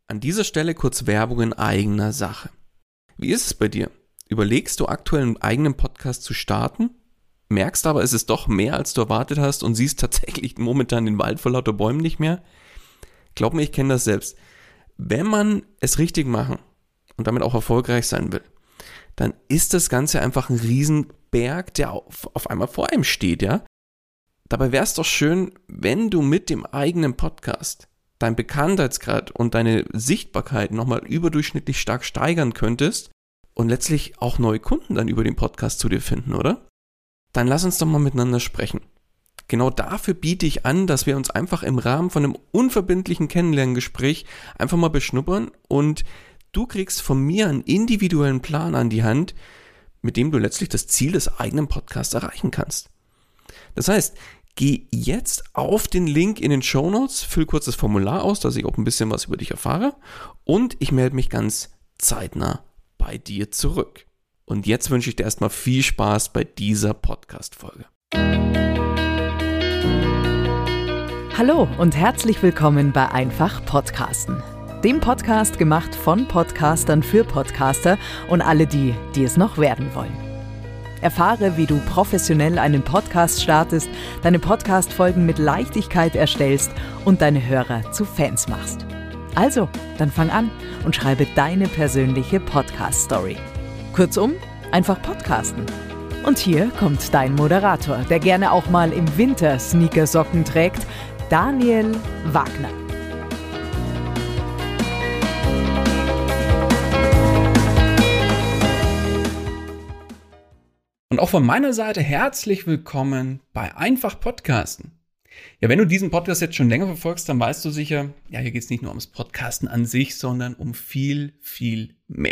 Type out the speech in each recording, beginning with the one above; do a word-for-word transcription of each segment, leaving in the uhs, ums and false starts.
An dieser Stelle kurz Werbung in eigener Sache. Wie ist es bei dir? Überlegst du aktuell einen eigenen Podcast zu starten? Merkst aber, es ist doch mehr, als du erwartet hast und siehst tatsächlich momentan den Wald vor lauter Bäumen nicht mehr? Glaub mir, ich kenne das selbst. Wenn man es richtig machen und damit auch erfolgreich sein will, dann ist das Ganze einfach ein Riesenberg, der auf, auf einmal vor einem steht, ja? Dabei wäre es doch schön, wenn du mit dem eigenen Podcast dein Bekanntheitsgrad und deine Sichtbarkeit nochmal überdurchschnittlich stark steigern könntest und letztlich auch neue Kunden dann über den Podcast zu dir finden, oder? Dann lass uns doch mal miteinander sprechen. Genau dafür biete ich an, dass wir uns einfach im Rahmen von einem unverbindlichen Kennenlerngespräch einfach mal beschnuppern und du kriegst von mir einen individuellen Plan an die Hand, mit dem du letztlich das Ziel des eigenen Podcasts erreichen kannst. Das heißt, geh jetzt auf den Link in den Shownotes, füll kurz das Formular aus, dass ich auch ein bisschen was über dich erfahre und ich melde mich ganz zeitnah bei dir zurück. Und jetzt wünsche ich dir erstmal viel Spaß bei dieser Podcast-Folge. Hallo und herzlich willkommen bei Einfach Podcasten. Dem Podcast gemacht von Podcastern für Podcaster und alle die, die es noch werden wollen. Erfahre, wie du professionell einen Podcast startest, deine Podcast-Folgen mit Leichtigkeit erstellst und deine Hörer zu Fans machst. Also, dann fang an und schreibe deine persönliche Podcast-Story. Kurzum, einfach podcasten. Und hier kommt dein Moderator, der gerne auch mal im Winter Sneakersocken trägt, Daniel Wagner. Und auch von meiner Seite herzlich willkommen bei Einfach Podcasten. Ja, wenn du diesen Podcast jetzt schon länger verfolgst, dann weißt du sicher, ja, hier geht es nicht nur ums Podcasten an sich, sondern um viel, viel mehr.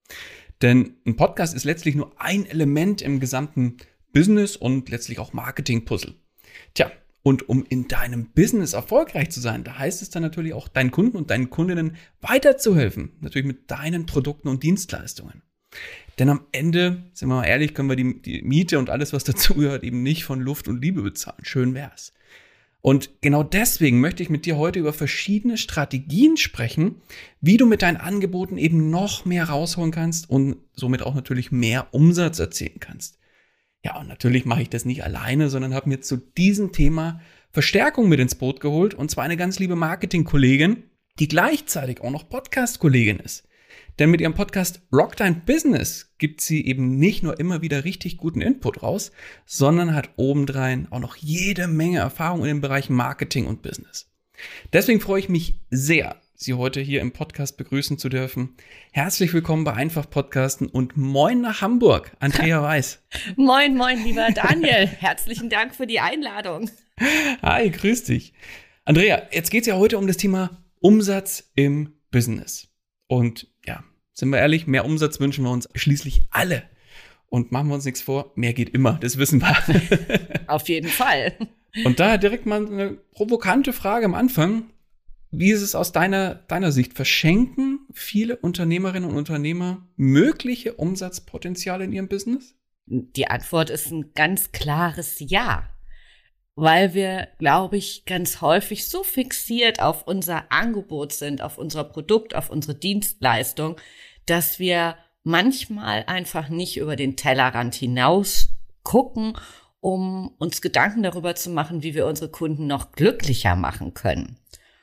Denn ein Podcast ist letztlich nur ein Element im gesamten Business und letztlich auch Marketing-Puzzle. Tja, und um in deinem Business erfolgreich zu sein, da heißt es dann natürlich auch, deinen Kunden und deinen Kundinnen weiterzuhelfen. Natürlich mit deinen Produkten und Dienstleistungen. Denn am Ende, sind wir mal ehrlich, können wir die, die Miete und alles, was dazugehört, eben nicht von Luft und Liebe bezahlen. Schön wär's. Und genau deswegen möchte ich mit dir heute über verschiedene Strategien sprechen, wie du mit deinen Angeboten eben noch mehr rausholen kannst und somit auch natürlich mehr Umsatz erzielen kannst. Ja, und natürlich mache ich das nicht alleine, sondern habe mir zu diesem Thema Verstärkung mit ins Boot geholt, und zwar eine ganz liebe Marketingkollegin, die gleichzeitig auch noch Podcast-Kollegin ist. Denn mit ihrem Podcast Rock Dein Business gibt sie eben nicht nur immer wieder richtig guten Input raus, sondern hat obendrein auch noch jede Menge Erfahrung in den Bereichen Marketing und Business. Deswegen freue ich mich sehr, Sie heute hier im Podcast begrüßen zu dürfen. Herzlich willkommen bei Einfach Podcasten und moin nach Hamburg, Andrea Weiß. Moin, moin, lieber Daniel. Herzlichen Dank für die Einladung. Hi, grüß dich. Andrea, jetzt geht es ja heute um das Thema Umsatz im Business. Und ja, sind wir ehrlich, mehr Umsatz wünschen wir uns schließlich alle. Und machen wir uns nichts vor, mehr geht immer, das wissen wir. Auf jeden Fall. Und daher direkt mal eine provokante Frage am Anfang. Wie ist es aus deiner, deiner Sicht? Verschenken viele Unternehmerinnen und Unternehmer mögliche Umsatzpotenziale in ihrem Business? Die Antwort ist ein ganz klares Ja. Weil wir, glaube ich, ganz häufig so fixiert auf unser Angebot sind, auf unser Produkt, auf unsere Dienstleistung, dass wir manchmal einfach nicht über den Tellerrand hinaus gucken, um uns Gedanken darüber zu machen, wie wir unsere Kunden noch glücklicher machen können.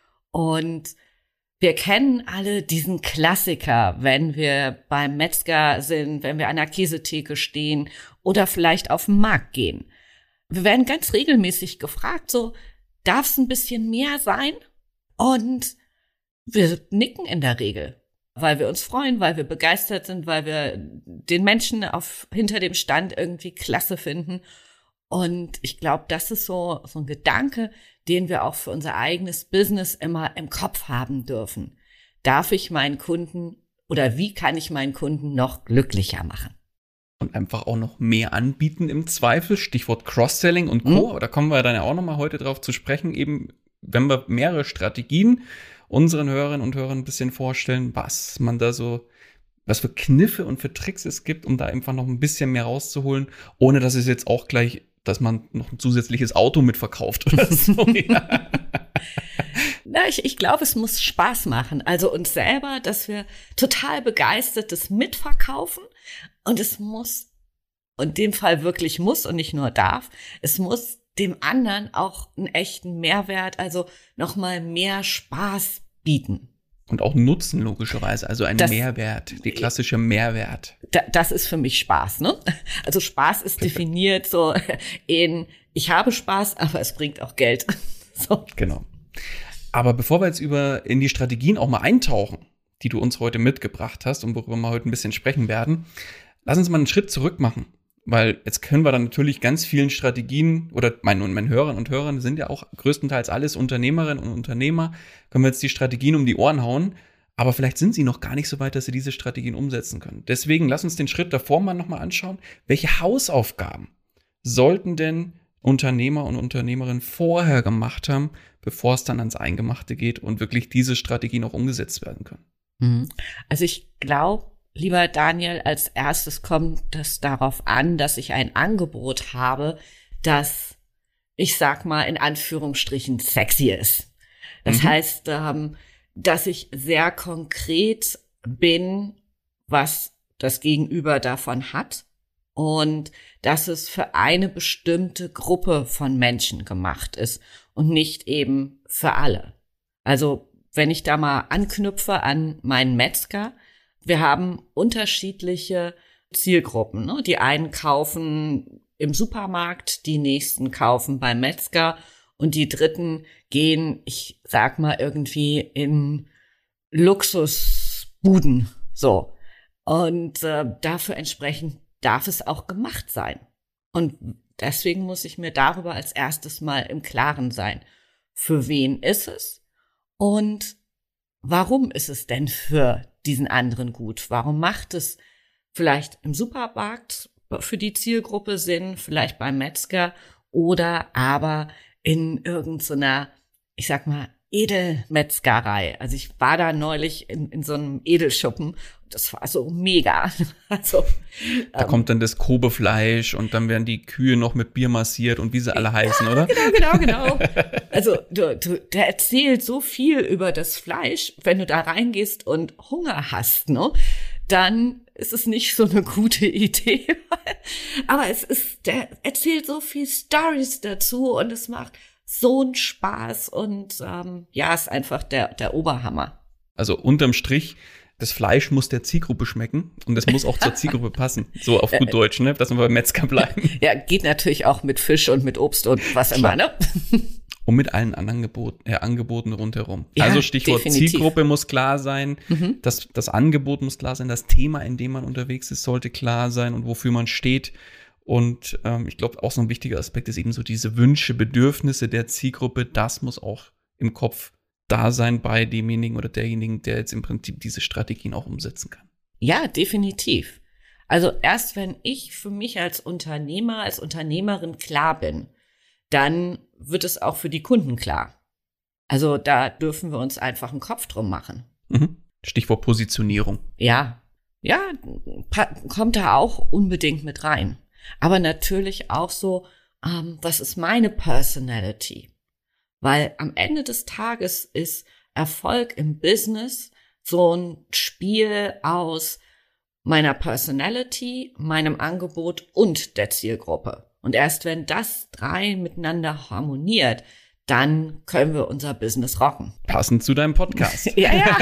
Und wir kennen alle diesen Klassiker, wenn wir beim Metzger sind, wenn wir an der Käsetheke stehen oder vielleicht auf den Markt gehen. Wir werden ganz regelmäßig gefragt, so, darf es ein bisschen mehr sein? Und wir nicken in der Regel, weil wir uns freuen, weil wir begeistert sind, weil wir den Menschen auf, hinter dem Stand irgendwie klasse finden. Und ich glaube, das ist so, so ein Gedanke, den wir auch für unser eigenes Business immer im Kopf haben dürfen. Darf ich meinen Kunden oder wie kann ich meinen Kunden noch glücklicher machen? Und einfach auch noch mehr anbieten im Zweifel, Stichwort Cross-Selling und Co. Mhm. Da kommen wir dann ja auch noch mal heute drauf zu sprechen, eben wenn wir mehrere Strategien unseren Hörerinnen und Hörern ein bisschen vorstellen, was man da so, was für Kniffe und für Tricks es gibt, um da einfach noch ein bisschen mehr rauszuholen, ohne dass es jetzt auch gleich, dass man noch ein zusätzliches Auto mitverkauft oder so. Ja. Na, ich, ich glaube, es muss Spaß machen. Also uns selber, dass wir total begeistert das mitverkaufen. Und es muss, in dem Fall wirklich muss und nicht nur darf, es muss dem anderen auch einen echten Mehrwert, also nochmal mehr Spaß bieten. Und auch Nutzen logischerweise, also ein das, Mehrwert, die klassische Mehrwert. Da, das ist für mich Spaß, ne? Also Spaß ist Perfekt. Definiert so in, ich habe Spaß, aber es bringt auch Geld. So. Genau. Aber bevor wir jetzt über in die Strategien auch mal eintauchen, die du uns heute mitgebracht hast und worüber wir heute ein bisschen sprechen werden, lass uns mal einen Schritt zurück machen. Weil jetzt können wir dann natürlich ganz vielen Strategien, oder meine, meine Hörerinnen und Hörer sind ja auch größtenteils alles Unternehmerinnen und Unternehmer, können wir jetzt die Strategien um die Ohren hauen, aber vielleicht sind sie noch gar nicht so weit, dass sie diese Strategien umsetzen können. Deswegen lass uns den Schritt davor mal nochmal anschauen, welche Hausaufgaben sollten denn Unternehmer und Unternehmerinnen vorher gemacht haben, bevor es dann ans Eingemachte geht und wirklich diese Strategien auch umgesetzt werden können. Also ich glaube, lieber Daniel, als erstes kommt es darauf an, dass ich ein Angebot habe, das, ich sag mal, in Anführungsstrichen sexy ist. Das mhm. heißt, ähm, dass ich sehr konkret bin, was das Gegenüber davon hat und dass es für eine bestimmte Gruppe von Menschen gemacht ist und nicht eben für alle. Also, wenn ich da mal anknüpfe an meinen Metzger, wir haben unterschiedliche Zielgruppen, ne? Die einen kaufen im Supermarkt, die nächsten kaufen beim Metzger und die dritten gehen, ich sag mal, irgendwie in Luxusbuden, so. Und äh, dafür entsprechend darf es auch gemacht sein. Und deswegen muss ich mir darüber als erstes mal im Klaren sein. Für wen ist es? Und warum ist es denn für diesen anderen gut? Warum macht es vielleicht im Supermarkt für die Zielgruppe Sinn, vielleicht beim Metzger oder aber in irgendeiner, ich sag mal, Edelmetzgerei. Also ich war da neulich in, in so einem Edelschuppen. Das war so mega. Also da ähm, kommt dann das Kobefleisch und dann werden die Kühe noch mit Bier massiert und wie sie alle heißen, ja, oder? Genau, genau, genau. Also du, du, der erzählt so viel über das Fleisch. Wenn du da reingehst und Hunger hast, ne, dann ist es nicht so eine gute Idee. Aber es ist, der erzählt so viel Stories dazu und es macht so ein Spaß und ähm, ja, ist einfach der, der Oberhammer. Also unterm Strich, das Fleisch muss der Zielgruppe schmecken und es muss auch zur Zielgruppe passen. So auf gut Deutsch, ne? Dass wir beim Metzger bleiben. Ja, geht natürlich auch mit Fisch und mit Obst und was immer, ne? Und mit allen anderen Gebot, äh, Angeboten rundherum. Ja, also Stichwort definitiv. Zielgruppe muss klar sein, mhm. das, das Angebot muss klar sein, das Thema, in dem man unterwegs ist, sollte klar sein und wofür man steht. Und ähm, ich glaube, auch so ein wichtiger Aspekt ist eben so diese Wünsche, Bedürfnisse der Zielgruppe. Das muss auch im Kopf da sein bei demjenigen oder derjenigen, der jetzt im Prinzip diese Strategien auch umsetzen kann. Ja, definitiv. Also erst wenn ich für mich als Unternehmer, als Unternehmerin klar bin, dann wird es auch für die Kunden klar. Also da dürfen wir uns einfach einen Kopf drum machen. Mhm. Stichwort Positionierung. Ja, ja, kommt da auch unbedingt mit rein. Aber natürlich auch so, ähm, was ist meine Personality? Weil am Ende des Tages ist Erfolg im Business so ein Spiel aus meiner Personality, meinem Angebot und der Zielgruppe. Und erst wenn das drei miteinander harmoniert, dann können wir unser Business rocken. Passend zu deinem Podcast. Ja, ja.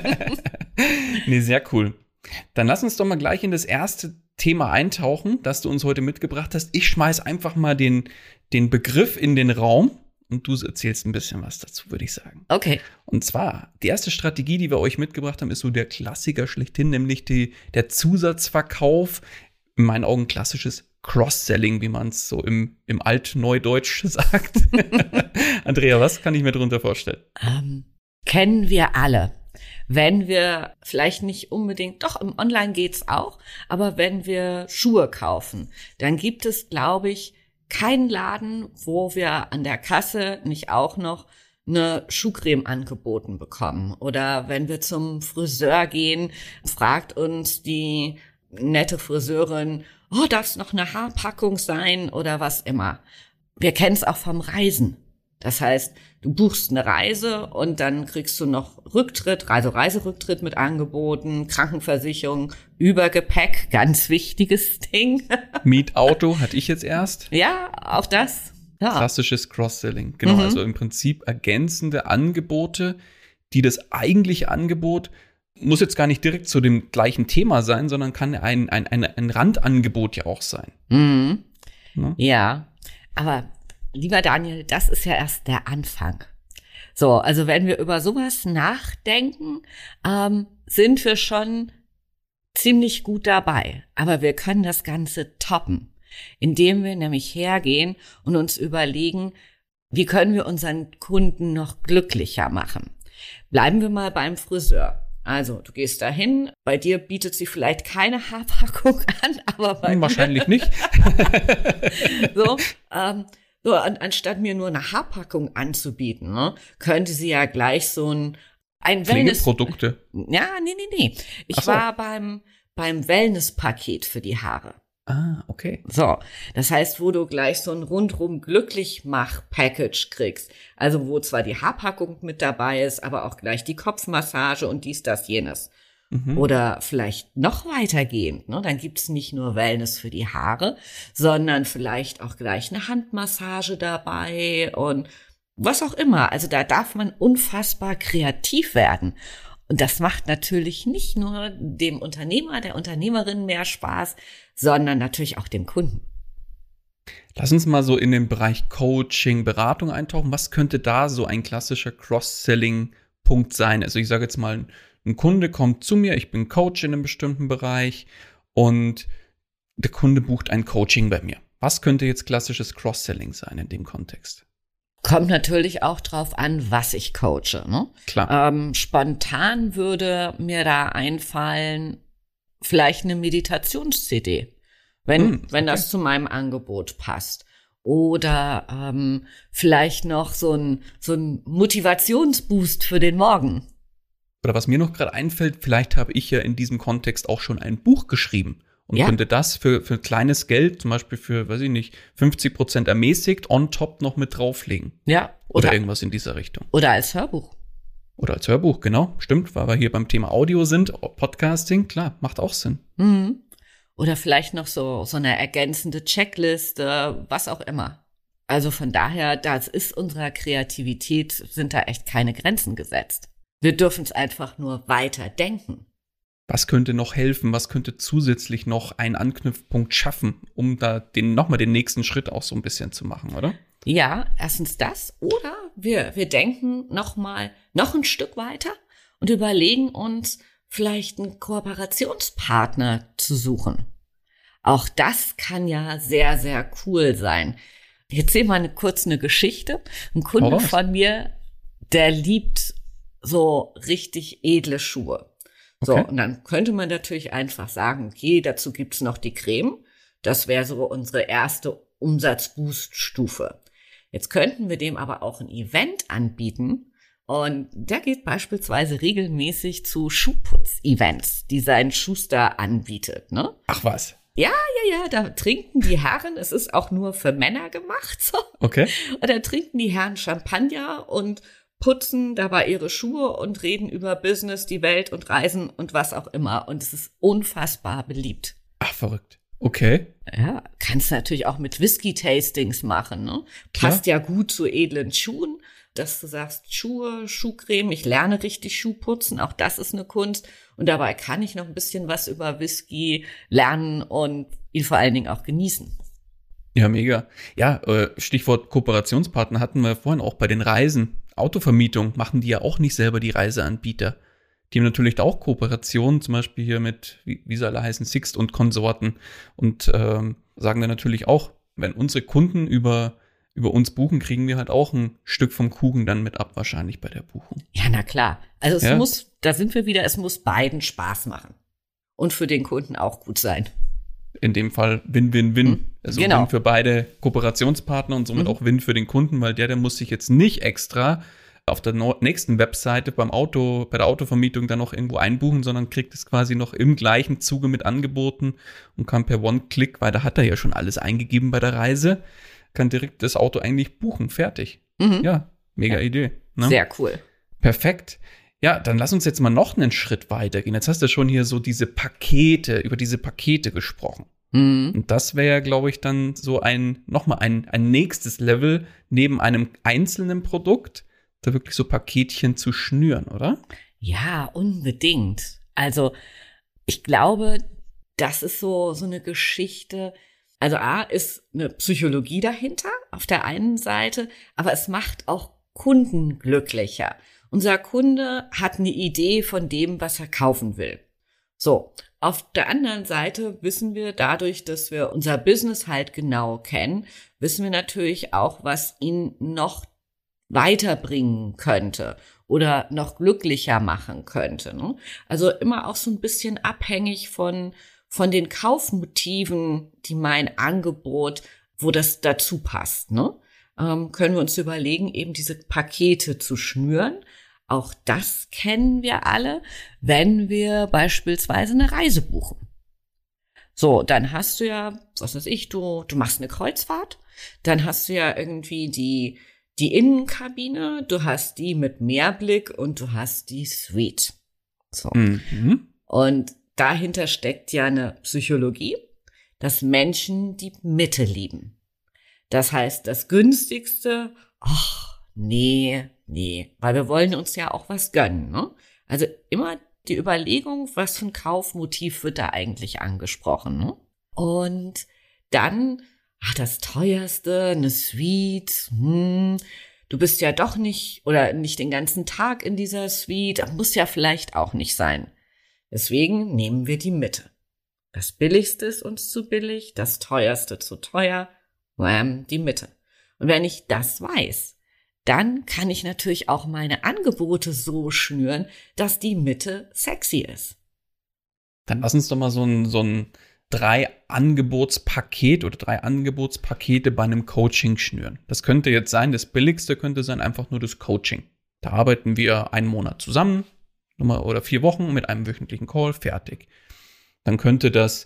Nee, sehr cool. Dann lass uns doch mal gleich in das erste Thema eintauchen, das du uns heute mitgebracht hast. Ich schmeiß einfach mal den, den Begriff in den Raum und du erzählst ein bisschen was dazu, würde ich sagen. Okay. Und zwar, die erste Strategie, die wir euch mitgebracht haben, ist so der Klassiker schlechthin, nämlich die, der Zusatzverkauf. In meinen Augen klassisches Cross-Selling, wie man es so im, im Altneudeutsch sagt. Andrea, was kann ich mir darunter vorstellen? Ähm, kennen wir alle. Wenn wir vielleicht nicht unbedingt, doch im Online geht's auch, aber wenn wir Schuhe kaufen, dann gibt es, glaube ich, keinen Laden, wo wir an der Kasse nicht auch noch eine Schuhcreme angeboten bekommen. Oder wenn wir zum Friseur gehen, fragt uns die nette Friseurin, oh, darf es noch eine Haarpackung sein oder was immer. Wir kennen es auch vom Reisen. Das heißt, du buchst eine Reise und dann kriegst du noch Rücktritt, also Reiserücktritt mit angeboten, Krankenversicherung, Übergepäck, ganz wichtiges Ding. Mietauto hatte ich jetzt erst. Ja, auch das. Ja. Klassisches Cross-Selling. Genau, Mhm. also im Prinzip ergänzende Angebote, die das eigentliche Angebot muss jetzt gar nicht direkt zu dem gleichen Thema sein, sondern kann ein, ein, ein, ein Randangebot ja auch sein. Mhm. Ne? Ja, aber lieber Daniel, das ist ja erst der Anfang. So, also wenn wir über sowas nachdenken, ähm, sind wir schon ziemlich gut dabei. Aber wir können das Ganze toppen, indem wir nämlich hergehen und uns überlegen, wie können wir unseren Kunden noch glücklicher machen. Bleiben wir mal beim Friseur. Also, du gehst dahin, bei dir bietet sie vielleicht keine Haarpackung an, aber bei Hm, wahrscheinlich nicht. so, ähm, so an, anstatt mir nur eine Haarpackung anzubieten, ne, könnte sie ja gleich so ein, ein Wellness... Pflegeprodukte. Ja, nee, nee, nee. Ich Ach so. war beim, beim Wellness-Paket für die Haare. Ah, okay. So, das heißt, wo du gleich so ein rundrum glücklich mach Package kriegst. Also wo zwar die Haarpackung mit dabei ist, aber auch gleich die Kopfmassage und dies, das, jenes. Mhm. Oder vielleicht noch weitergehend, ne? Dann gibt's nicht nur Wellness für die Haare, sondern vielleicht auch gleich eine Handmassage dabei und was auch immer. Also da darf man unfassbar kreativ werden. Und das macht natürlich nicht nur dem Unternehmer, der Unternehmerin mehr Spaß, sondern natürlich auch dem Kunden. Lass uns mal so in den Bereich Coaching, Beratung eintauchen. Was könnte da so ein klassischer Cross-Selling-Punkt sein? Also ich sage jetzt mal, ein Kunde kommt zu mir, ich bin Coach in einem bestimmten Bereich und der Kunde bucht ein Coaching bei mir. Was könnte jetzt klassisches Cross-Selling sein in dem Kontext? Kommt natürlich auch drauf an, was ich coache. Ne? Klar. Ähm, spontan würde mir da einfallen, vielleicht eine Meditations-C D, wenn, Hm, wenn okay. das zu meinem Angebot passt. Oder ähm, vielleicht noch so ein, so ein Motivationsboost für den Morgen. Oder was mir noch gerade einfällt, vielleicht habe ich ja in diesem Kontext auch schon ein Buch geschrieben und Ja. könnte das für, für kleines Geld, zum Beispiel für, weiß ich nicht, fünfzig Prozent ermäßigt, on top noch mit drauflegen. Ja. Oder, Oder, irgendwas in dieser Richtung. oder als Hörbuch. Oder als Hörbuch, genau, stimmt, weil wir hier beim Thema Audio sind, Podcasting, klar, macht auch Sinn. Mhm. Oder vielleicht noch so, so eine ergänzende Checkliste, was auch immer. Also von daher, das ist unserer Kreativität, sind da echt keine Grenzen gesetzt. Wir dürfen es einfach nur weiter denken. Was könnte noch helfen? Was könnte zusätzlich noch einen Anknüpfpunkt schaffen, um da den nochmal den nächsten Schritt auch so ein bisschen zu machen, oder? Ja, erstens das. Oder wir, wir denken noch mal noch ein Stück weiter und überlegen uns, vielleicht einen Kooperationspartner zu suchen. Auch das kann ja sehr, sehr cool sein. Ich erzähle mal eine, kurz eine Geschichte. Ein Kunde Hau raus. von mir, der liebt so richtig edle Schuhe. So, Okay. und dann könnte man natürlich einfach sagen, okay, dazu gibt's noch die Creme. Das wäre so unsere erste Umsatzboost-Stufe. Jetzt könnten wir dem aber auch ein Event anbieten. Und der geht beispielsweise regelmäßig zu Schuhputz-Events, die sein Schuster anbietet, ne? Ach was. Ja, ja, da trinken die Herren, es ist auch nur für Männer gemacht, so. Okay. Und da trinken die Herren Champagner und putzen dabei ihre Schuhe und reden über Business, die Welt und Reisen und was auch immer. Und es ist unfassbar beliebt. Ach, verrückt. Okay. Ja, kannst du natürlich auch mit Whisky-Tastings machen, ne? Passt ja gut zu edlen Schuhen, dass du sagst, Schuhe, Schuhcreme, ich lerne richtig Schuhputzen, auch das ist eine Kunst. Und dabei kann ich noch ein bisschen was über Whisky lernen und ihn vor allen Dingen auch genießen. Ja, mega. Ja, äh, Stichwort Kooperationspartner hatten wir vorhin auch bei den Reisen. Autovermietung machen die ja auch nicht selber die Reiseanbieter. Die haben natürlich da auch Kooperationen, zum Beispiel hier mit, wie, wie sie alle heißen, Sixt und Konsorten. Und ähm, sagen dann natürlich auch, wenn unsere Kunden über, über uns buchen, kriegen wir halt auch ein Stück vom Kuchen dann mit ab, wahrscheinlich bei der Buchung. Ja, na klar. Also es Ja. muss, da sind wir wieder, es muss beiden Spaß machen. Und für den Kunden auch gut sein. In dem Fall Win-Win-Win. Mhm. Also Genau. Win für beide Kooperationspartner und somit Mhm. auch Win für den Kunden, weil der, der muss sich jetzt nicht extra auf der no- nächsten Webseite beim Auto, bei der Autovermietung dann noch irgendwo einbuchen, sondern kriegt es quasi noch im gleichen Zuge mit angeboten und kann per One-Click, weil da hat er ja schon alles eingegeben bei der Reise, kann direkt das Auto eigentlich buchen, fertig. Mhm. Ja, mega ja. Idee. Ne? Sehr cool. Perfekt. Ja, dann lass uns jetzt mal noch einen Schritt weitergehen. Jetzt hast du schon hier so diese Pakete, über diese Pakete gesprochen. Mhm. Und das wäre ja, glaube ich, dann so ein, nochmal ein, ein nächstes Level neben einem einzelnen Produkt, da wirklich so Paketchen zu schnüren, oder? Ja, unbedingt. Also, ich glaube, das ist so, so eine Geschichte. Also A, ist eine Psychologie dahinter auf der einen Seite, aber es macht auch Kunden glücklicher. Unser Kunde hat eine Idee von dem, was er kaufen will. So, auf der anderen Seite wissen wir dadurch, dass wir unser Business halt genau kennen, wissen wir natürlich auch, was ihn noch weiterbringen könnte oder noch glücklicher machen könnte. Ne? Also immer auch so ein bisschen abhängig von von den Kaufmotiven, die mein Angebot, wo das dazu passt, ne? Ähm, können wir uns überlegen, eben diese Pakete zu schnüren. Auch das kennen wir alle, wenn wir beispielsweise eine Reise buchen. So, dann hast du ja, was weiß ich, du, du machst eine Kreuzfahrt, dann hast du ja irgendwie die, die Innenkabine, du hast die mit Meerblick und du hast die Suite. So. Mhm. Und dahinter steckt ja eine Psychologie, dass Menschen die Mitte lieben. Das heißt, das günstigste, ach, nee, nee, weil wir wollen uns ja auch was gönnen, ne? Also immer die Überlegung, was für ein Kaufmotiv wird da eigentlich angesprochen, ne? Und dann, ach, das teuerste, eine Suite, hm, du bist ja doch nicht, oder nicht den ganzen Tag in dieser Suite, muss ja vielleicht auch nicht sein. Deswegen nehmen wir die Mitte. Das Billigste ist uns zu billig, das Teuerste zu teuer, wham, die Mitte. Und wenn ich das weiß, dann kann ich natürlich auch meine Angebote so schnüren, dass die Mitte sexy ist. Dann lass uns doch mal so ein, so ein Drei-Angebotspaket oder drei Angebotspakete bei einem Coaching schnüren. Das könnte jetzt sein, das Billigste könnte sein einfach nur das Coaching. Da arbeiten wir einen Monat zusammen, oder vier Wochen mit einem wöchentlichen Call, fertig. Dann könnte das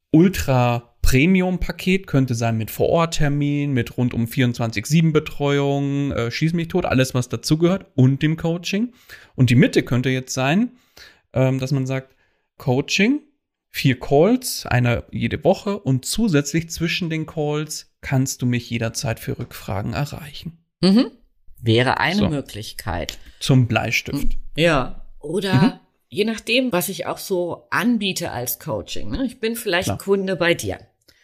Ultra-Premium-Paket könnte sein mit Vor-Ort-Termin, mit rund um vierundzwanzig sieben Betreuung, äh, schieß mich tot, alles, was dazugehört und dem Coaching. Und die Mitte könnte jetzt sein, ähm, dass man sagt, Coaching, vier Calls, einer jede Woche und zusätzlich zwischen den Calls kannst du mich jederzeit für Rückfragen erreichen. Mhm. Wäre eine so. Möglichkeit. Zum Bleistift. Ja. Oder mhm. je nachdem, was ich auch so anbiete als Coaching. Ne? Ich bin vielleicht Klar. Kunde bei dir.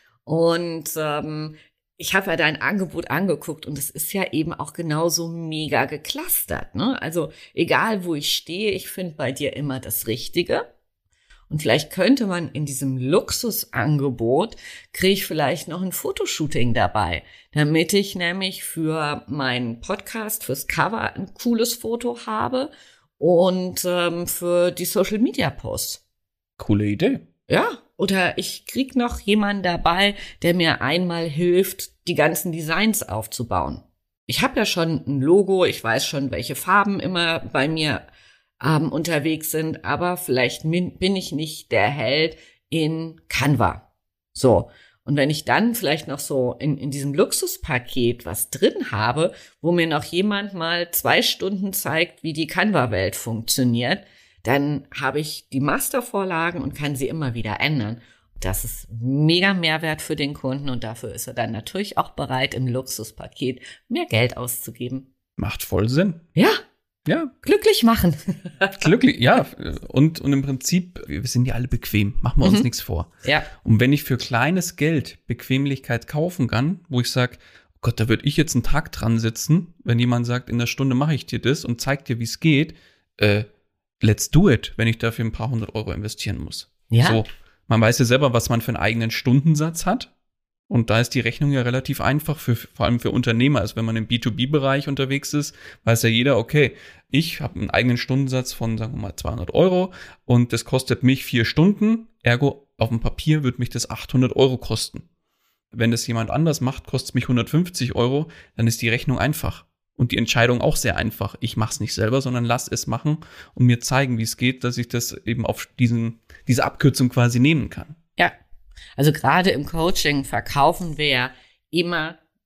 Und ähm, ich habe ja dein Angebot angeguckt und es ist ja eben auch genauso mega geclustert. Ne? Also egal, wo ich stehe, ich finde bei dir immer das Richtige. Und vielleicht könnte man in diesem Luxusangebot, kriege ich vielleicht noch ein Fotoshooting dabei, damit ich nämlich für meinen Podcast, fürs Cover ein cooles Foto habe und ähm, für die Social-Media-Posts. Coole Idee. Ja, oder ich krieg noch jemanden dabei, der mir einmal hilft, die ganzen Designs aufzubauen. Ich habe ja schon ein Logo, ich weiß schon, welche Farben immer bei mir ähm, unterwegs sind, aber vielleicht min- bin ich nicht der Held in Canva. So, und wenn ich dann vielleicht noch so in, in diesem Luxuspaket was drin habe, wo mir noch jemand mal zwei Stunden zeigt, wie die Canva-Welt funktioniert, dann habe ich die Mastervorlagen und kann sie immer wieder ändern. Das ist mega Mehrwert für den Kunden und dafür ist er dann natürlich auch bereit, im Luxuspaket mehr Geld auszugeben. Macht voll Sinn. Ja. Ja. Glücklich machen. Glücklich, ja. Und, und im Prinzip, wir sind ja alle bequem. Machen wir uns mhm. nichts vor. Ja. Und wenn ich für kleines Geld Bequemlichkeit kaufen kann, wo ich sage, oh Gott, da würde ich jetzt einen Tag dran sitzen, wenn jemand sagt, in einer Stunde mache ich dir das und zeig dir, wie es geht, äh, let's do it, wenn ich dafür ein paar hundert Euro investieren muss. Ja. So, man weiß ja selber, was man für einen eigenen Stundensatz hat. Und da ist die Rechnung ja relativ einfach, für, vor allem für Unternehmer. Also wenn man im B zwei B-Bereich unterwegs ist, weiß ja jeder, okay, ich habe einen eigenen Stundensatz von, sagen wir mal, zweihundert Euro und das kostet mich vier Stunden. Ergo, auf dem Papier wird mich das achthundert Euro kosten. Wenn das jemand anders macht, kostet es mich hundertfünfzig Euro, dann ist die Rechnung einfach. Und die Entscheidung auch sehr einfach. Ich mache es nicht selber, sondern lass es machen und mir zeigen, wie es geht, dass ich das eben auf diesen, diese Abkürzung quasi nehmen kann. Ja, also gerade im Coaching verkaufen wir ja immer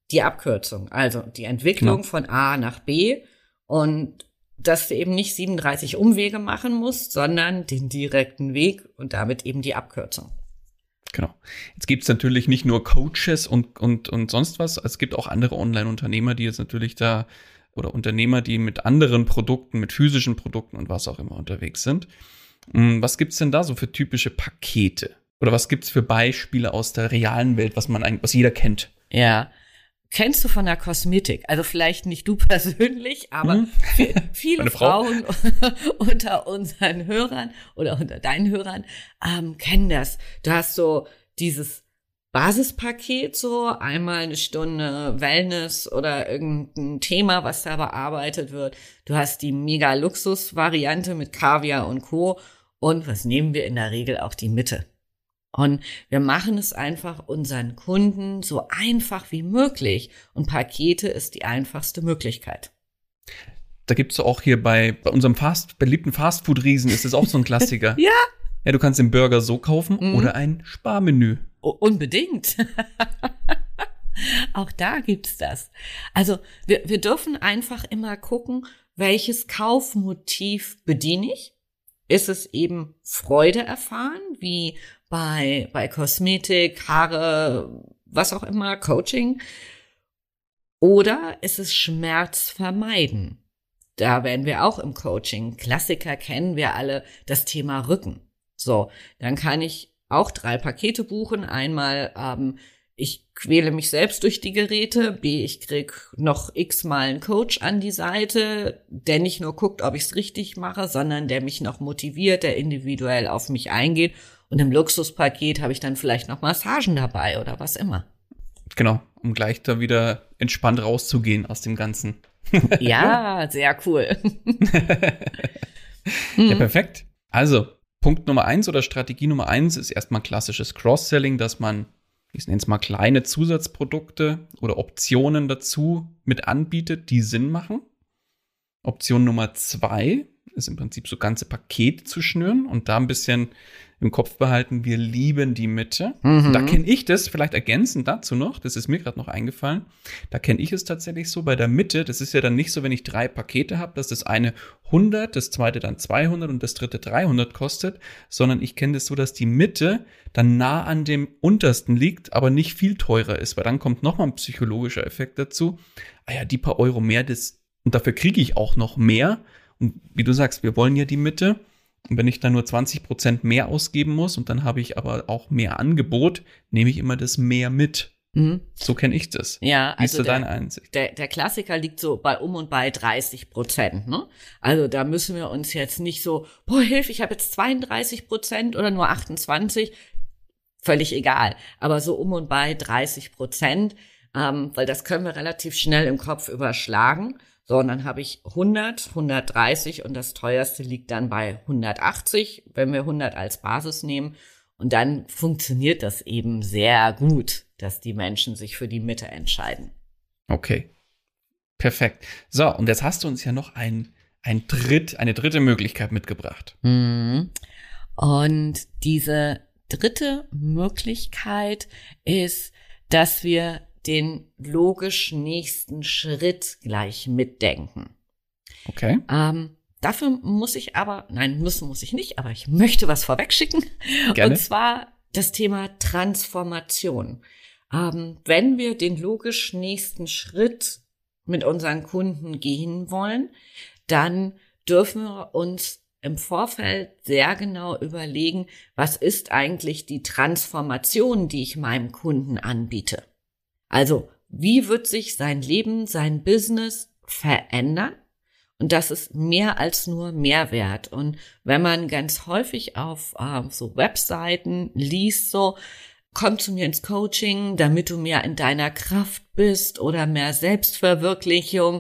die Abkürzung, also die Entwicklung Genau. von A nach B und dass du eben nicht siebenunddreißig Umwege machen musst, sondern den direkten Weg und damit eben die Abkürzung. Genau. Jetzt gibt es natürlich nicht nur Coaches und, und, und sonst was, es gibt auch andere Online-Unternehmer, die jetzt natürlich da, oder Unternehmer, die mit anderen Produkten, mit physischen Produkten und was auch immer unterwegs sind. Was gibt's denn da so für typische Pakete? Oder was gibt's für Beispiele aus der realen Welt, was man eigentlich, was jeder kennt? Ja. Kennst du von der Kosmetik? Also vielleicht nicht du persönlich, aber Mhm. viel- viele Meine Frau. Frauen unter unseren Hörern oder unter deinen Hörern ähm, kennen das. Du hast so dieses Basispaket, so einmal eine Stunde Wellness oder irgendein Thema, was da bearbeitet wird. Du hast die Mega-Luxus-Variante mit Kaviar und Co. Und was nehmen wir in der Regel auch die Mitte? Und wir machen es einfach unseren Kunden so einfach wie möglich. Und Pakete ist die einfachste Möglichkeit. Da gibt's auch hier bei, bei unserem fast, beliebten Fastfood-Riesen ist es auch so ein Klassiker. Ja. Ja, du kannst den Burger so kaufen Mhm. oder ein Sparmenü. U- Unbedingt. Auch da gibt's das. Also wir, wir dürfen einfach immer gucken, welches Kaufmotiv bediene ich. Ist es eben Freude erfahren, wie bei, bei Kosmetik, Haare, was auch immer, Coaching? Oder ist es Schmerz vermeiden? Da werden wir auch im Coaching. Klassiker kennen wir alle, das Thema Rücken. So, dann kann ich auch drei Pakete buchen. Einmal, ähm, ich quäle mich selbst durch die Geräte. B, ich krieg noch x-mal einen Coach an die Seite, der nicht nur guckt, ob ich es richtig mache, sondern der mich noch motiviert, der individuell auf mich eingeht. Und im Luxuspaket habe ich dann vielleicht noch Massagen dabei oder was immer. Genau, um gleich da wieder entspannt rauszugehen aus dem Ganzen. Ja, sehr cool. Ja, perfekt. Also, Punkt Nummer eins oder Strategie Nummer eins ist erstmal klassisches Cross-Selling, dass man, ich nenne es mal, kleine Zusatzprodukte oder Optionen dazu mit anbietet, die Sinn machen. Option Nummer zwei ist im Prinzip so ganze Pakete zu schnüren und da ein bisschen im Kopf behalten, wir lieben die Mitte. Mhm. Da kenne ich das, vielleicht ergänzend dazu noch, das ist mir gerade noch eingefallen, da kenne ich es tatsächlich so, bei der Mitte, das ist ja dann nicht so, wenn ich drei Pakete habe, dass das eine hundert, das zweite dann zweihundert und das dritte dreihundert kostet, sondern ich kenne das so, dass die Mitte dann nah an dem untersten liegt, aber nicht viel teurer ist, weil dann kommt nochmal ein psychologischer Effekt dazu. Ah ja, die paar Euro mehr, das, und dafür kriege ich auch noch mehr. Und wie du sagst, wir wollen ja die Mitte. Und wenn ich dann nur zwanzig Prozent mehr ausgeben muss und dann habe ich aber auch mehr Angebot, nehme ich immer das mehr mit. Mhm. So kenne ich das. Ja, Wie ist also da deine der, Einsicht? der, der Klassiker liegt so bei um und bei dreißig Prozent. Ne? Also da müssen wir uns jetzt nicht so, boah, Hilfe, ich habe jetzt zweiunddreißig Prozent oder nur achtundzwanzig. Völlig egal. Aber so um und bei dreißig Prozent, ähm, weil das können wir relativ schnell im Kopf überschlagen. So, und dann habe ich hundert, hundertdreißig und das teuerste liegt dann bei hundertachtzig, wenn wir hundert als Basis nehmen. Und dann funktioniert das eben sehr gut, dass die Menschen sich für die Mitte entscheiden. Okay. Perfekt. So, und jetzt hast du uns ja noch ein, ein Dritt, eine dritte Möglichkeit mitgebracht. Mhm. Und diese dritte Möglichkeit ist, dass wir den logisch nächsten Schritt gleich mitdenken. Okay. Ähm, dafür muss ich aber, nein, müssen muss ich nicht, aber ich möchte was vorwegschicken. Gerne. Und zwar das Thema Transformation. Ähm, wenn wir den logisch nächsten Schritt mit unseren Kunden gehen wollen, dann dürfen wir uns im Vorfeld sehr genau überlegen, was ist eigentlich die Transformation, die ich meinem Kunden anbiete. Also, wie wird sich sein Leben, sein Business verändern? Und das ist mehr als nur Mehrwert. Und wenn man ganz häufig auf äh, so Webseiten liest, so, komm zu mir ins Coaching, damit du mehr in deiner Kraft bist oder mehr Selbstverwirklichung.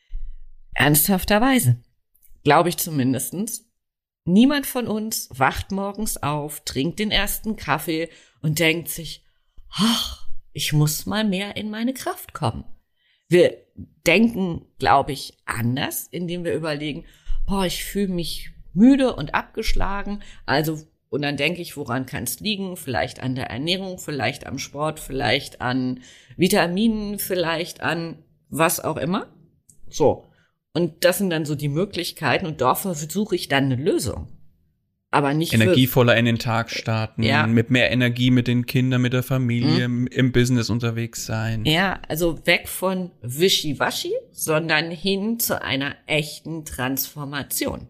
Ernsthafterweise, glaube ich zumindestens. Niemand von uns wacht morgens auf, trinkt den ersten Kaffee und denkt sich, ach, ich muss mal mehr in meine Kraft kommen. Wir denken, glaube ich, anders, indem wir überlegen, boah, ich fühle mich müde und abgeschlagen, also Und dann denke ich, woran kann es liegen? Vielleicht an der Ernährung, vielleicht am Sport, vielleicht an Vitaminen, vielleicht an was auch immer. So. Und das sind dann so die Möglichkeiten und dafür suche ich dann eine Lösung. Aber nicht energievoller in den Tag starten, ja. mit mehr Energie mit den Kindern, mit der Familie, mhm. im Business unterwegs sein. Ja, also weg von Wischiwaschi, sondern hin zu einer echten Transformation.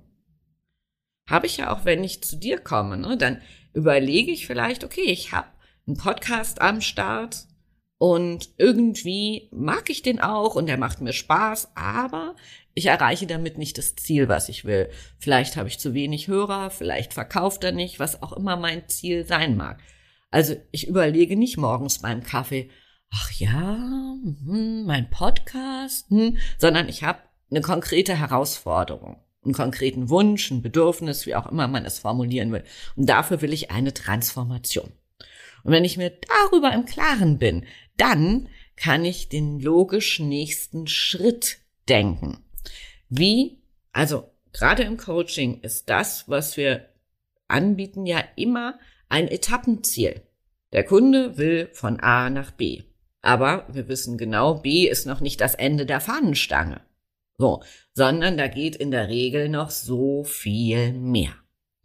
Habe ich ja auch, wenn ich zu dir komme, ne, dann überlege ich vielleicht, okay, ich habe einen Podcast am Start und irgendwie mag ich den auch und der macht mir Spaß, aber ich erreiche damit nicht das Ziel, was ich will. Vielleicht habe ich zu wenig Hörer, vielleicht verkauft er nicht, was auch immer mein Ziel sein mag. Also ich überlege nicht morgens beim Kaffee, ach ja, hm, mein Podcast, hm, sondern ich habe eine konkrete Herausforderung, einen konkreten Wunsch, ein Bedürfnis, wie auch immer man es formulieren will. Und dafür will ich eine Transformation. Und wenn ich mir darüber im Klaren bin, dann kann ich den logisch nächsten Schritt denken. Wie, also gerade im Coaching ist das, was wir anbieten, ja immer ein Etappenziel. Der Kunde will von A nach B. Aber wir wissen genau, B ist noch nicht das Ende der Fahnenstange. So, sondern da geht in der Regel noch so viel mehr.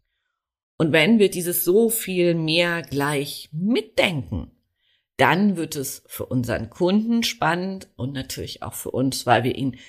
Und wenn wir dieses so viel mehr gleich mitdenken, dann wird es für unseren Kunden spannend und natürlich auch für uns, weil wir ihn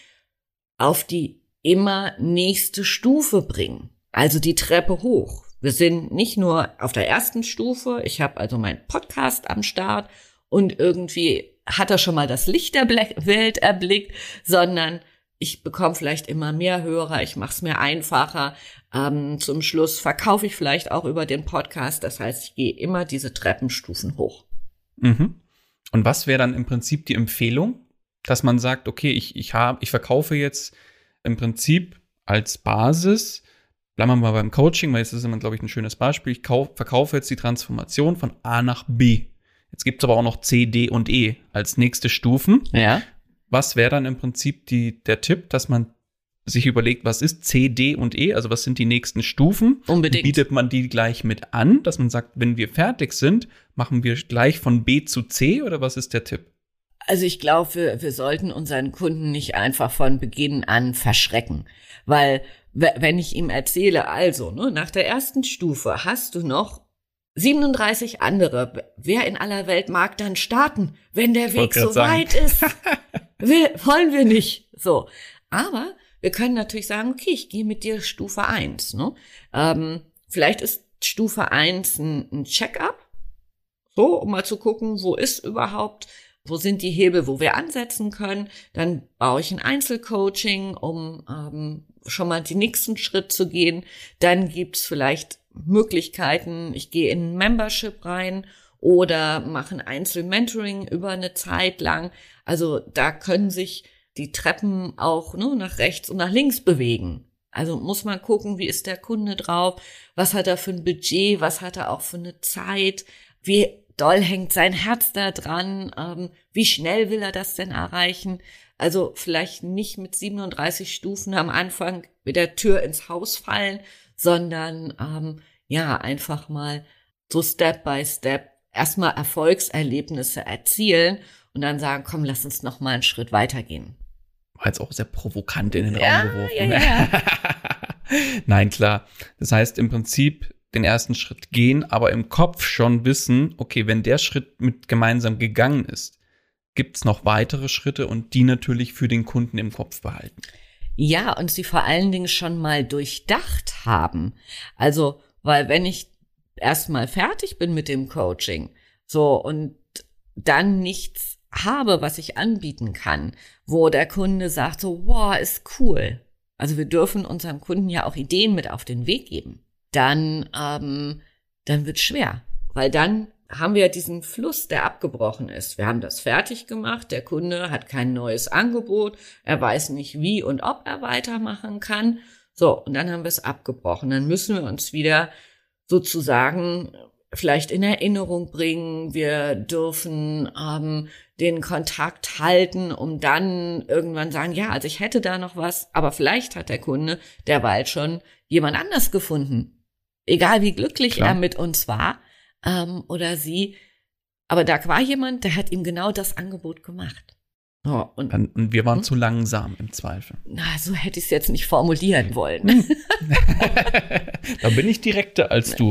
auf die immer nächste Stufe bringen, also die Treppe hoch. Wir sind nicht nur auf der ersten Stufe, ich habe also meinen Podcast am Start und irgendwie hat er schon mal das Licht der Welt erblickt, sondern ich bekomme vielleicht immer mehr Hörer, ich mache es mir einfacher. Ähm, zum Schluss verkaufe ich vielleicht auch über den Podcast, das heißt, ich gehe immer diese Treppenstufen hoch. Mhm. Und was wäre dann im Prinzip die Empfehlung? Dass man sagt, okay, ich, ich, hab, ich verkaufe jetzt im Prinzip als Basis, bleiben wir mal beim Coaching, weil das ist immer, glaube ich, ein schönes Beispiel, ich kauf, verkaufe jetzt die Transformation von A nach B. Jetzt gibt es aber auch noch C, D und E als nächste Stufen. Ja. Was wäre dann im Prinzip die, der Tipp, dass man sich überlegt, was ist C, D und E, also was sind die nächsten Stufen? Unbedingt. Bietet man die gleich mit an, dass man sagt, wenn wir fertig sind, machen wir gleich von B zu C oder was ist der Tipp? Also ich glaube, wir, wir sollten unseren Kunden nicht einfach von Beginn an verschrecken, weil wenn ich ihm erzähle, also ne, nach der ersten Stufe hast du noch siebenunddreißig andere, wer in aller Welt mag dann starten, wenn der Weg so weit ist? will, wollen wir nicht. So, aber wir können natürlich sagen, okay, ich gehe mit dir Stufe eins. Ne? Ähm, vielleicht ist Stufe eins ein, ein Check-up, so, um mal zu gucken, wo ist überhaupt Wo sind die Hebel, wo wir ansetzen können? Dann baue ich ein Einzelcoaching, um ähm, schon mal den nächsten Schritt zu gehen. Dann gibt's vielleicht Möglichkeiten, ich gehe in ein Membership rein oder mache ein Einzelmentoring über eine Zeit lang. Also da können sich die Treppen auch ne, nach rechts und nach links bewegen. Also muss man gucken, wie ist der Kunde drauf, was hat er für ein Budget, was hat er auch für eine Zeit, wie doll hängt sein Herz da dran, ähm, wie schnell will er das denn erreichen? Also vielleicht nicht mit siebenunddreißig Stufen am Anfang mit der Tür ins Haus fallen, sondern ähm, ja einfach mal so Step by Step erstmal Erfolgserlebnisse erzielen und dann sagen, komm, lass uns noch mal einen Schritt weitergehen. War jetzt auch sehr provokant in den ja, Raum geworfen. Ja, ja. Nein, klar. Das heißt im Prinzip den ersten Schritt gehen, aber im Kopf schon wissen, okay, wenn der Schritt mit gemeinsam gegangen ist, gibt's noch weitere Schritte und die natürlich für den Kunden im Kopf behalten. Ja, und sie vor allen Dingen schon mal durchdacht haben. Also, weil wenn ich erstmal fertig bin mit dem Coaching, so, und dann nichts habe, was ich anbieten kann, wo der Kunde sagt so, wow, ist cool. Also wir dürfen unserem Kunden ja auch Ideen mit auf den Weg geben. Dann, ähm, dann wird's schwer, weil dann haben wir ja diesen Fluss, der abgebrochen ist. Wir haben das fertig gemacht, der Kunde hat kein neues Angebot, er weiß nicht, wie und ob er weitermachen kann. So, und dann haben wir es abgebrochen. Dann müssen wir uns wieder sozusagen vielleicht in Erinnerung bringen. Wir dürfen ähm, den Kontakt halten, um dann irgendwann sagen, ja, also ich hätte da noch was, aber vielleicht hat der Kunde derweil schon jemand anders gefunden, Egal wie glücklich Klar. er mit uns war ähm, oder sie. Aber da war jemand, der hat ihm genau das Angebot gemacht. Oh, und, Und wir waren hm? zu langsam im Zweifel. Na, so hätte ich es jetzt nicht formulieren wollen. Da bin ich direkter als du.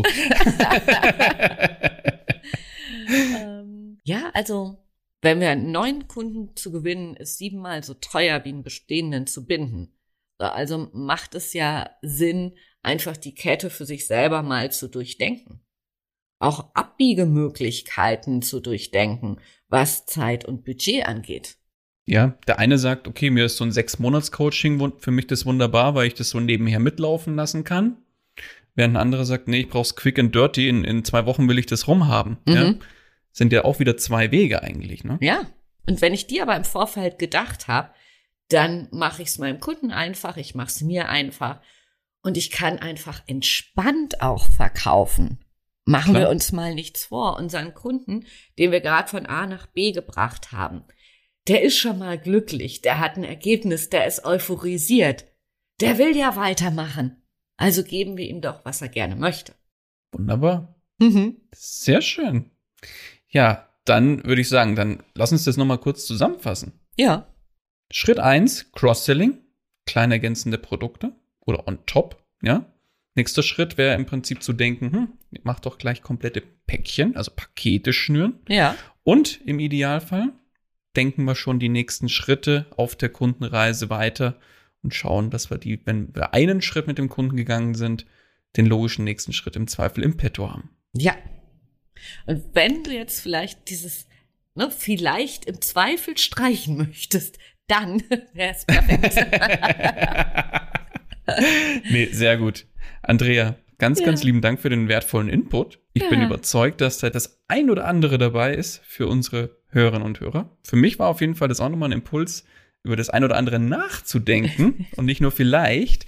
ähm, ja, also wenn wir einen neuen Kunden zu gewinnen, ist siebenmal so teuer wie einen bestehenden zu binden. Also macht es ja Sinn, einfach die Kette für sich selber mal zu durchdenken. Auch Abbiegemöglichkeiten zu durchdenken, was Zeit und Budget angeht. Ja, der eine sagt, okay, mir ist so ein Sechs-Monats-Coaching für mich das wunderbar, weil ich das so nebenher mitlaufen lassen kann. Während ein anderer sagt, nee, ich brauch's quick and dirty, in, in zwei Wochen will ich das rumhaben. Mhm. Ja? Sind ja auch wieder zwei Wege eigentlich, ne? Ja, und wenn ich die aber im Vorfeld gedacht habe, dann mache ich es meinem Kunden einfach, ich mache es mir einfach und ich kann einfach entspannt auch verkaufen. Machen Klar. wir uns mal nichts vor. Unseren Kunden, den wir gerade von A nach B gebracht haben, der ist schon mal glücklich, der hat ein Ergebnis, der ist euphorisiert. Der will ja weitermachen. Also geben wir ihm doch, was er gerne möchte. Wunderbar. Mhm. Sehr schön. Ja, dann würde ich sagen, dann lass uns das nochmal kurz zusammenfassen. Ja. Schritt eins, Cross-Selling, klein ergänzende Produkte oder on top, ja. Nächster Schritt wäre im Prinzip zu denken, hm, mach doch gleich komplette Päckchen, also Pakete schnüren. Ja. Und im Idealfall denken wir schon die nächsten Schritte auf der Kundenreise weiter und schauen, dass wir die, wenn wir einen Schritt mit dem Kunden gegangen sind, den logischen nächsten Schritt im Zweifel im Petto haben. Ja. Und wenn du jetzt vielleicht dieses, ne, vielleicht im Zweifel streichen möchtest, dann wäre es perfekt. Nee, sehr gut. Andrea, ganz, ja. ganz lieben Dank für den wertvollen Input. Ich ja. bin überzeugt, dass da das ein oder andere dabei ist für unsere Hörerinnen und Hörer. Für mich war auf jeden Fall das auch nochmal ein Impuls, über das ein oder andere nachzudenken und nicht nur vielleicht.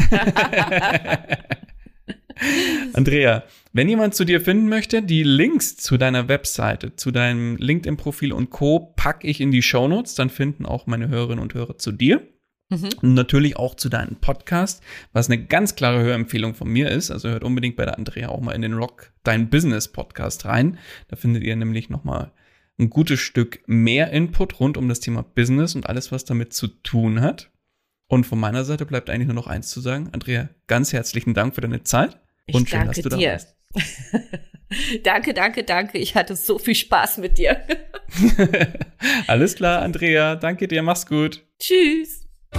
Andrea, wenn jemand zu dir finden möchte, die Links zu deiner Webseite, zu deinem LinkedIn-Profil und Co. packe ich in die Shownotes, dann finden auch meine Hörerinnen und Hörer zu dir. Mhm. Und natürlich auch zu deinem Podcast, was eine ganz klare Hörempfehlung von mir ist. Also hört unbedingt bei der Andrea auch mal in den Rock Dein Business Podcast rein. Da findet ihr nämlich nochmal ein gutes Stück mehr Input rund um das Thema Business und alles, was damit zu tun hat. Und von meiner Seite bleibt eigentlich nur noch eins zu sagen. Andrea, ganz herzlichen Dank für deine Zeit. Ich und schön, danke dass du dir. da warst. Danke, danke, danke. Ich hatte so viel Spaß mit dir. Alles klar, Andrea. Danke dir. Mach's gut. Tschüss.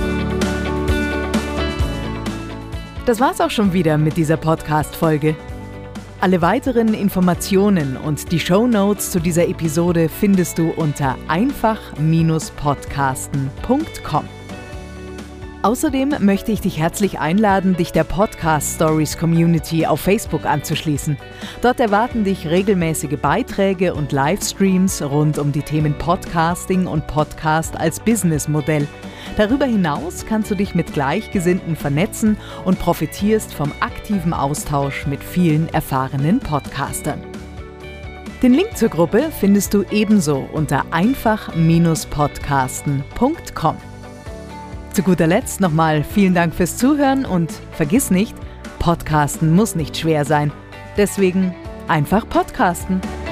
Das war's auch schon wieder mit dieser Podcast-Folge. Alle weiteren Informationen und die Shownotes zu dieser Episode findest du unter einfach Bindestrich podcasten Punkt com. Außerdem möchte ich dich herzlich einladen, dich der Podcast Stories Community auf Facebook anzuschließen. Dort erwarten dich regelmäßige Beiträge und Livestreams rund um die Themen Podcasting und Podcast als Businessmodell. Darüber hinaus kannst du dich mit Gleichgesinnten vernetzen und profitierst vom aktiven Austausch mit vielen erfahrenen Podcastern. Den Link zur Gruppe findest du ebenso unter einfach Bindestrich podcasten Punkt com. Zu guter Letzt nochmal vielen Dank fürs Zuhören und vergiss nicht, Podcasten muss nicht schwer sein. Deswegen einfach podcasten.